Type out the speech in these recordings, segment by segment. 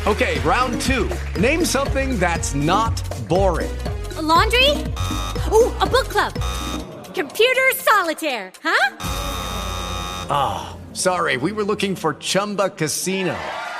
Okay, round two. Name something that's not boring. A laundry? Ooh, a book club. Computer solitaire, huh? Ah, sorry, we were looking for Chumba Casino.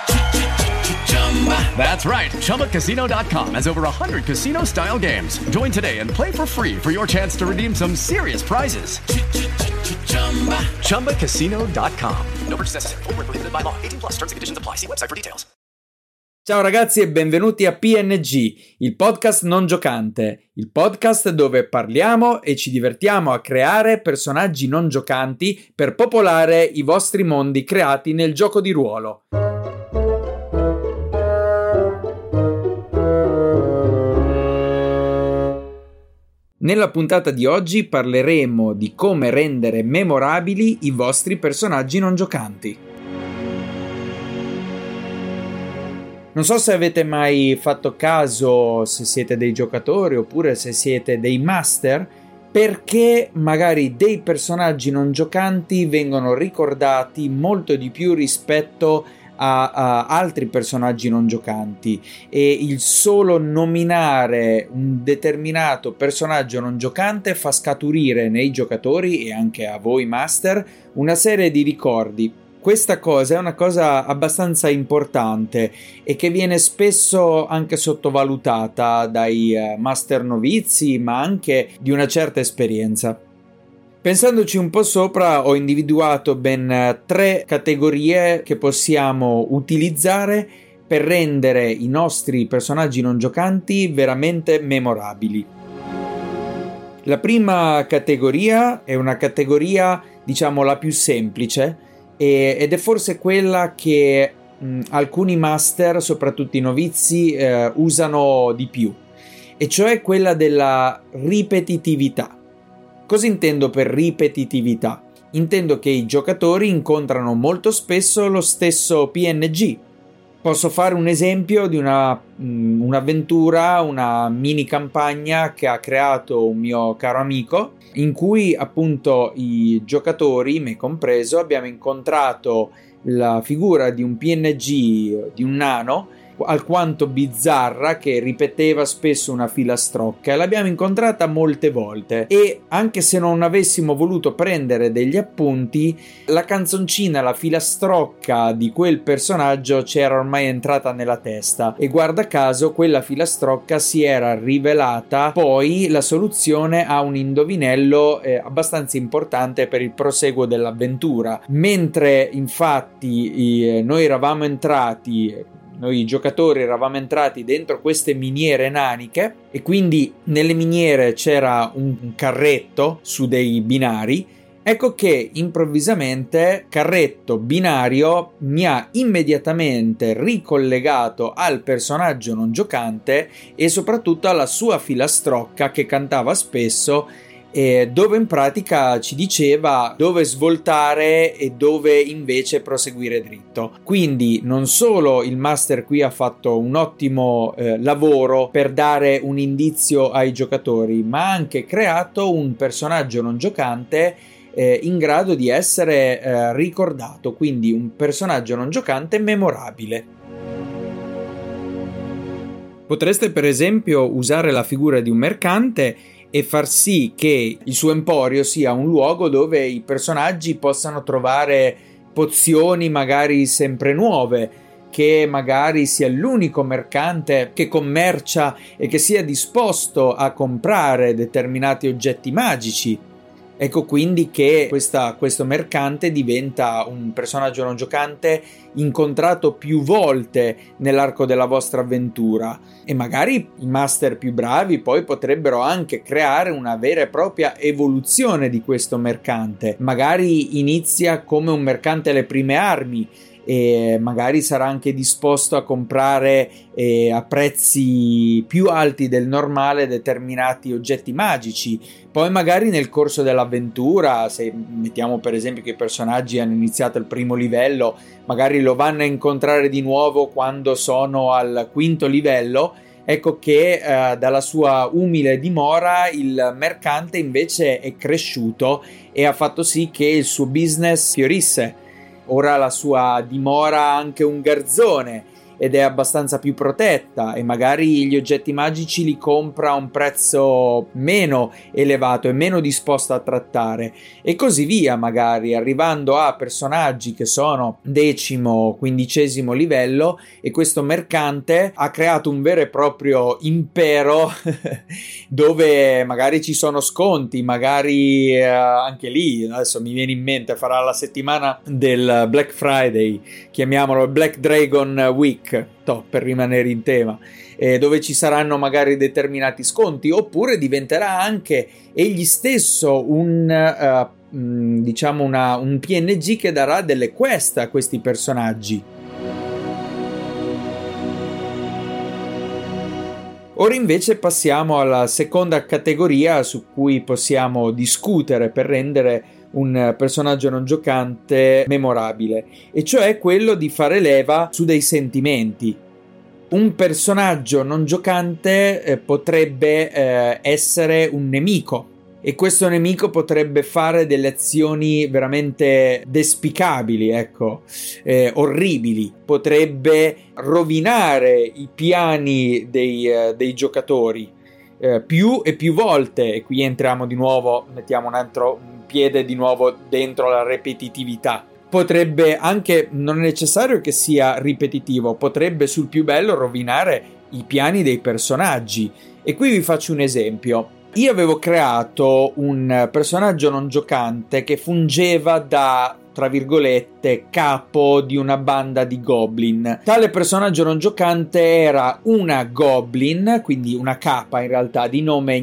That's right, ChumbaCasino.com has over 100 casino-style games. Join today and play for free for your chance to redeem some serious prizes. ChumbaCasino.com. No purchase necessary. Void where prohibited by law. 18+. Terms and conditions apply. See website for details. Ciao ragazzi e benvenuti a PNG, il podcast non giocante, il podcast dove parliamo e ci divertiamo a creare personaggi non giocanti per popolare i vostri mondi creati nel gioco di ruolo. Nella puntata di oggi parleremo di come rendere memorabili i vostri personaggi non giocanti. Non so se avete mai fatto caso, se siete dei giocatori oppure se siete dei master, perché magari dei personaggi non giocanti vengono ricordati molto di più rispetto a altri personaggi non giocanti, e il solo nominare un determinato personaggio non giocante fa scaturire nei giocatori e anche a voi master una serie di ricordi. Questa cosa è una cosa abbastanza importante e che viene spesso anche sottovalutata dai master novizi, ma anche di una certa esperienza. Pensandoci un po' sopra, ho individuato ben 3 categorie che possiamo utilizzare per rendere i nostri personaggi non giocanti veramente memorabili. La prima categoria è una categoria, diciamo, la più semplice, ed è forse quella che alcuni master, soprattutto i novizi, usano di più, e cioè quella della ripetitività. Cosa intendo per ripetitività? Intendo che i giocatori incontrano molto spesso lo stesso PNG. Posso fare un esempio di un'avventura, una mini campagna che ha creato un mio caro amico, in cui appunto i giocatori, me compreso, abbiamo incontrato la figura di un PNG, di un nano alquanto bizzarra, che ripeteva spesso una filastrocca, e l'abbiamo incontrata molte volte, e anche se non avessimo voluto prendere degli appunti, la canzoncina, la filastrocca di quel personaggio ci era ormai entrata nella testa, e guarda caso quella filastrocca si era rivelata poi la soluzione a un indovinello abbastanza importante per il proseguo dell'avventura. Mentre infatti noi giocatori eravamo entrati dentro queste miniere naniche, e quindi nelle miniere c'era un carretto su dei binari. Ecco che improvvisamente carretto binario mi ha immediatamente ricollegato al personaggio non giocante e soprattutto alla sua filastrocca che cantava spesso, dove in pratica ci diceva dove svoltare e dove invece proseguire dritto. Quindi non solo il master qui ha fatto un ottimo lavoro per dare un indizio ai giocatori, ma ha anche creato un personaggio non giocante in grado di essere ricordato, quindi un personaggio non giocante memorabile. Potreste per esempio usare la figura di un mercante e far sì che il suo emporio sia un luogo dove i personaggi possano trovare pozioni magari sempre nuove, che magari sia l'unico mercante che commercia e che sia disposto a comprare determinati oggetti magici. Ecco quindi che questo mercante diventa un personaggio non giocante incontrato più volte nell'arco della vostra avventura, e magari i master più bravi poi potrebbero anche creare una vera e propria evoluzione di questo mercante. Magari inizia come un mercante alle prime armi e magari sarà anche disposto a comprare a prezzi più alti del normale determinati oggetti magici. Poi magari nel corso dell'avventura, se mettiamo per esempio che i personaggi hanno iniziato al primo livello, magari lo vanno a incontrare di nuovo quando sono al quinto livello. Ecco che dalla sua umile dimora il mercante invece è cresciuto e ha fatto sì che il suo business fiorisse. Ora la sua dimora ha anche un garzone ed è abbastanza più protetta, e magari gli oggetti magici li compra a un prezzo meno elevato e meno disposto a trattare, e così via, magari arrivando a personaggi che sono 10° 15° livello, e questo mercante ha creato un vero e proprio impero dove magari ci sono sconti, magari anche lì adesso mi viene in mente, farà la settimana del Black Friday, chiamiamolo Black Dragon Week, per rimanere in tema, dove ci saranno magari determinati sconti, oppure diventerà anche egli stesso un PNG che darà delle quest a questi personaggi. Ora invece passiamo alla seconda categoria su cui possiamo discutere per rendere un personaggio non giocante memorabile, e cioè quello di fare leva su dei sentimenti. Un personaggio non giocante potrebbe essere un nemico, e questo nemico potrebbe fare delle azioni veramente despicabili, orribili, potrebbe rovinare i piani dei giocatori più e più volte, e qui entriamo di nuovo, mettiamo un piede di nuovo dentro la ripetitività. Potrebbe anche, non è necessario che sia ripetitivo, potrebbe sul più bello rovinare i piani dei personaggi, e qui vi faccio un esempio. Io avevo creato un personaggio non giocante che fungeva da, tra virgolette, capo di una banda di goblin. Tale personaggio non giocante era una goblin, quindi una capa in realtà, di nome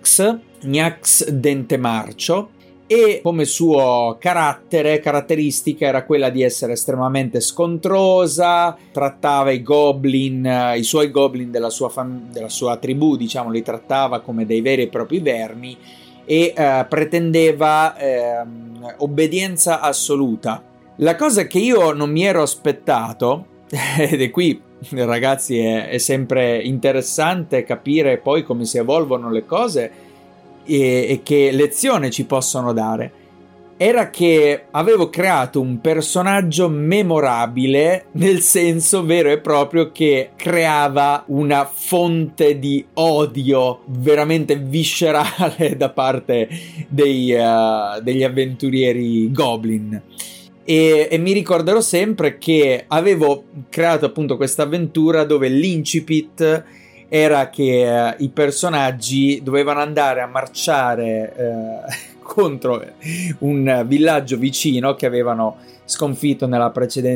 Gnax Dente Marcio, e come sua caratteristica era quella di essere estremamente scontrosa, trattava i suoi goblin della sua tribù, diciamo, li trattava come dei veri e propri vermi, e pretendeva obbedienza assoluta. La cosa che io non mi ero aspettato, ed è qui, ragazzi, è sempre interessante capire poi come si evolvono le cose e che lezione ci possono dare, era che avevo creato un personaggio memorabile, nel senso vero e proprio che creava una fonte di odio veramente viscerale da parte degli avventurieri goblin. E mi ricorderò sempre che avevo creato appunto questa avventura dove l'incipit era che i personaggi dovevano andare a marciare contro un villaggio vicino che avevano sconfitto nelle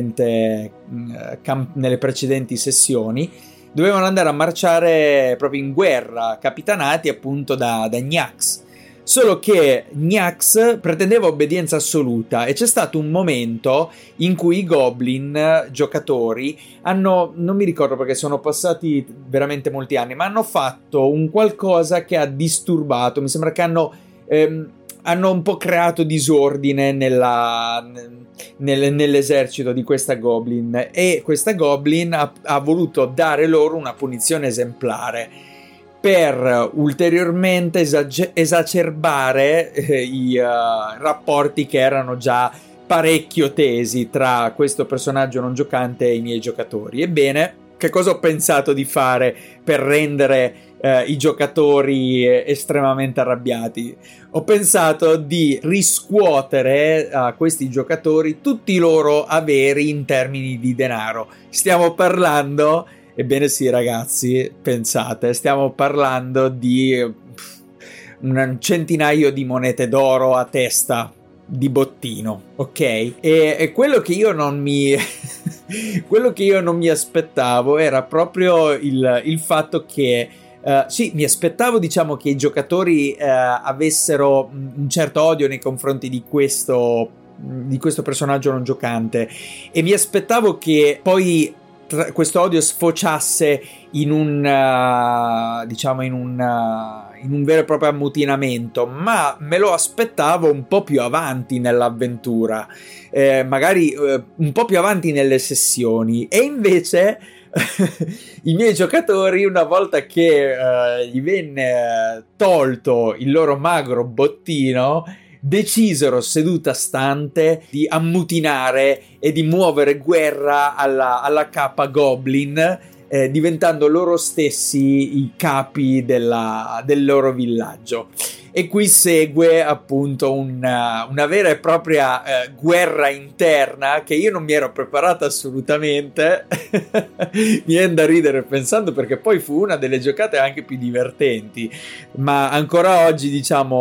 precedenti sessioni. Dovevano andare a marciare proprio in guerra, capitanati appunto da Gnax. Solo che Gnax pretendeva obbedienza assoluta, e c'è stato un momento in cui i goblin giocatori non mi ricordo perché sono passati veramente molti anni, ma hanno fatto un qualcosa che ha disturbato. Mi sembra che hanno un po' creato disordine nell'esercito di questa goblin, e questa goblin ha voluto dare loro una punizione esemplare per ulteriormente esacerbare i rapporti che erano già parecchio tesi tra questo personaggio non giocante e i miei giocatori. Ebbene, che cosa ho pensato di fare per rendere i giocatori estremamente arrabbiati? Ho pensato di riscuotere a questi giocatori tutti i loro averi in termini di denaro. Stiamo parlando... Ebbene sì, ragazzi, pensate, stiamo parlando di un centinaio di monete d'oro a testa di bottino, ok? E quello che io non mi aspettavo era proprio il fatto che sì, mi aspettavo, diciamo, che i giocatori avessero un certo odio nei confronti di questo personaggio non giocante, e mi aspettavo che poi questo odio sfociasse in un vero e proprio ammutinamento, ma me lo aspettavo un po' più avanti nell'avventura, magari un po' più avanti nelle sessioni, e invece i miei giocatori, una volta che gli venne tolto il loro magro bottino, decisero seduta stante di ammutinare e di muovere guerra alla capa Goblin, diventando loro stessi i capi del loro villaggio. E qui segue appunto una vera e propria guerra interna che io non mi ero preparato assolutamente. Mi viene da ridere pensando, perché poi fu una delle giocate anche più divertenti, ma ancora oggi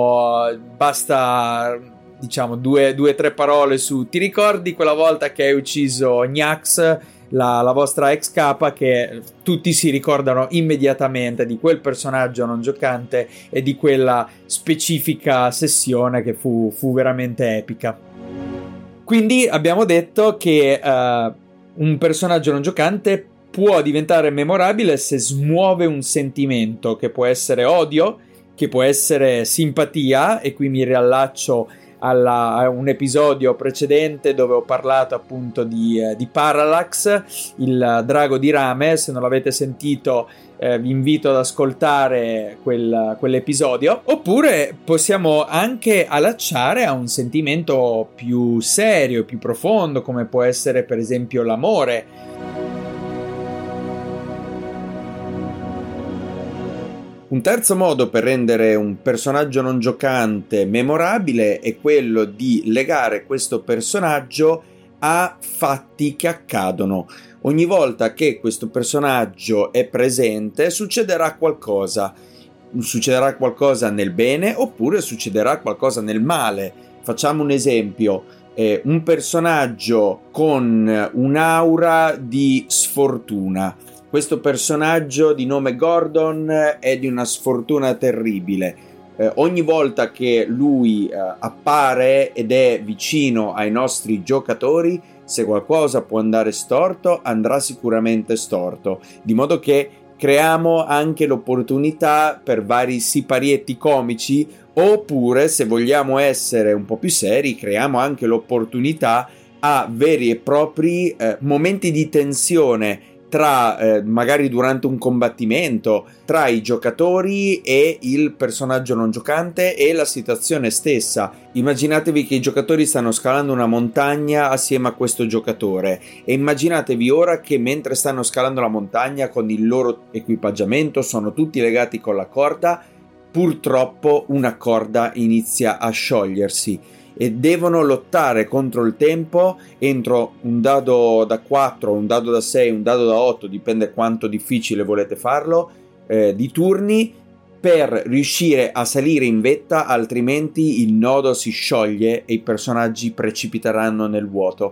basta due o tre parole su: ti ricordi quella volta che hai ucciso Gnax, la vostra ex capa, che tutti si ricordano immediatamente di quel personaggio non giocante e di quella specifica sessione che fu veramente epica. Quindi abbiamo detto che un personaggio non giocante può diventare memorabile se smuove un sentimento, che può essere odio, che può essere simpatia, e qui mi riallaccio a un episodio precedente dove ho parlato appunto di Parallax, il drago di rame. Se non l'avete sentito, vi invito ad ascoltare quell'episodio. Oppure possiamo anche allacciare a un sentimento più serio, più profondo, come può essere per esempio l'amore. Un terzo modo per rendere un personaggio non giocante memorabile è quello di legare questo personaggio a fatti che accadono. Ogni volta che questo personaggio è presente succederà qualcosa. Succederà qualcosa nel bene oppure succederà qualcosa nel male. Facciamo un esempio. Un personaggio con un'aura di sfortuna. Questo personaggio di nome Gordon è di una sfortuna terribile. Ogni volta che lui appare ed è vicino ai nostri giocatori, se qualcosa può andare storto, andrà sicuramente storto. Di modo che creiamo anche l'opportunità per vari siparietti comici, oppure, se vogliamo essere un po' più seri, creiamo anche l'opportunità a veri e propri momenti di tensione tra magari durante un combattimento tra i giocatori e il personaggio non giocante e la situazione stessa. Immaginatevi che i giocatori stanno scalando una montagna assieme a questo giocatore e immaginatevi ora che mentre stanno scalando la montagna con il loro equipaggiamento sono tutti legati con la corda. Purtroppo una corda inizia a sciogliersi e devono lottare contro il tempo entro un dado da 4, un dado da 6, un dado da 8, dipende quanto difficile volete farlo, di turni, per riuscire a salire in vetta, altrimenti il nodo si scioglie e i personaggi precipiteranno nel vuoto.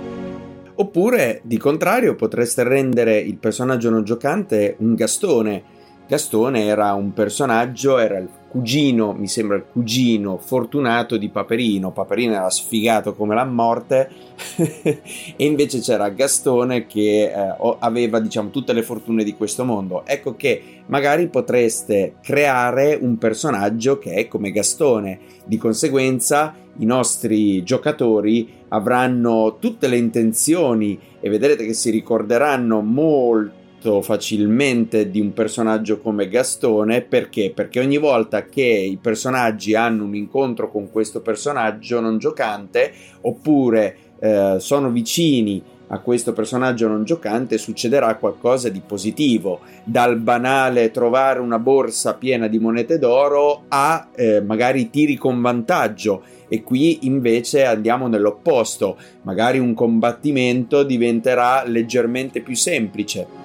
Oppure, di contrario, potreste rendere il personaggio non giocante un Gastone. Gastone era un personaggio, era il cugino, mi sembra il cugino fortunato di Paperino. Paperino era sfigato come la morte e invece c'era Gastone che aveva, diciamo, tutte le fortune di questo mondo. Ecco che magari potreste creare un personaggio che è come Gastone. Di conseguenza i nostri giocatori avranno tutte le intenzioni e vedrete che si ricorderanno molto facilmente di un personaggio come Gastone. Perché? Perché ogni volta che i personaggi hanno un incontro con questo personaggio non giocante oppure sono vicini a questo personaggio non giocante, succederà qualcosa di positivo, dal banale trovare una borsa piena di monete d'oro a magari tiri con vantaggio. E qui invece andiamo nell'opposto, magari un combattimento diventerà leggermente più semplice.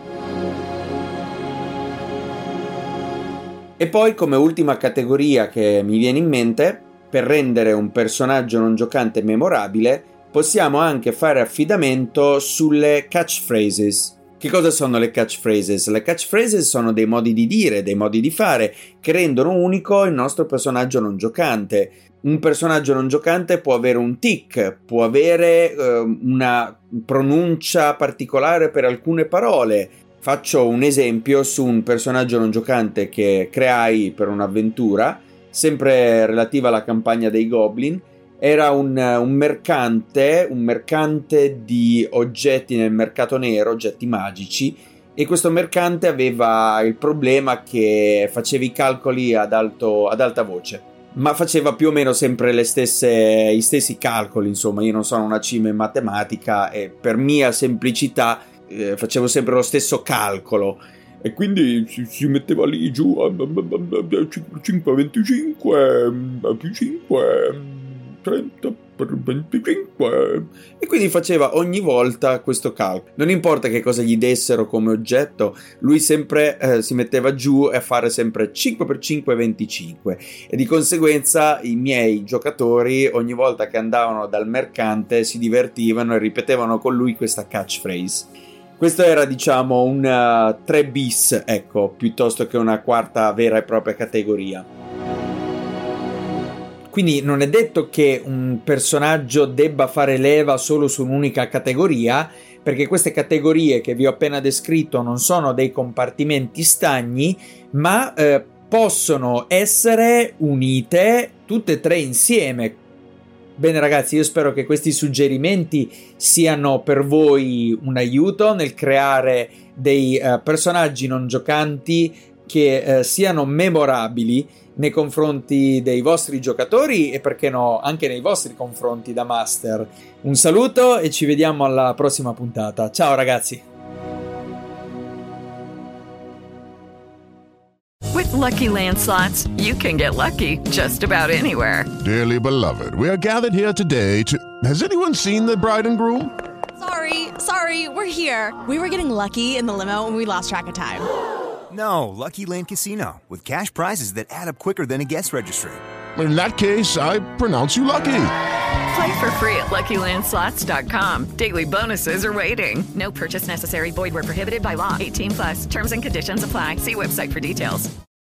E poi, come ultima categoria che mi viene in mente, per rendere un personaggio non giocante memorabile, possiamo anche fare affidamento sulle catchphrases. Che cosa sono le catchphrases? Le catchphrases sono dei modi di dire, dei modi di fare che rendono unico il nostro personaggio non giocante. Un personaggio non giocante può avere un tic, può avere una pronuncia particolare per alcune parole. Faccio un esempio su un personaggio non giocante che creai per un'avventura, sempre relativa alla campagna dei Goblin. Era un mercante di oggetti nel mercato nero, oggetti magici, e questo mercante aveva il problema che faceva i calcoli ad alta voce. ma faceva più o meno sempre gli stessi calcoli, insomma. Io non sono una cima in matematica e per mia semplicità facevo sempre lo stesso calcolo. E quindi si metteva lì giù 5, 25 più 5, 30 per 25. E quindi faceva ogni volta questo calcolo. Non importa che cosa gli dessero come oggetto, lui sempre si metteva giù a fare sempre 5 per 5 25. E di conseguenza i miei giocatori ogni volta che andavano dal mercante si divertivano e ripetevano con lui questa catchphrase. Questo era, diciamo, un 3 bis, ecco, piuttosto che una quarta vera e propria categoria. Quindi non è detto che un personaggio debba fare leva solo su un'unica categoria, perché queste categorie che vi ho appena descritto non sono dei compartimenti stagni, ma possono essere unite tutte e tre insieme. Bene ragazzi, io spero che questi suggerimenti siano per voi un aiuto nel creare dei personaggi non giocanti che siano memorabili nei confronti dei vostri giocatori e perché no anche nei vostri confronti da master. Un saluto e ci vediamo alla prossima puntata. Ciao ragazzi! With Lucky Land Slots, you can get lucky just about anywhere. Dearly beloved, we are gathered here today to... Has anyone seen the bride and groom? Sorry, we're here. We were getting lucky in the limo and we lost track of time. No, Lucky Land Casino, with cash prizes that add up quicker than a guest registry. In that case, I pronounce you lucky. Play for free at LuckyLandSlots.com. Daily bonuses are waiting. No purchase necessary. Void where prohibited by law. 18+. Terms and conditions apply. See website for details.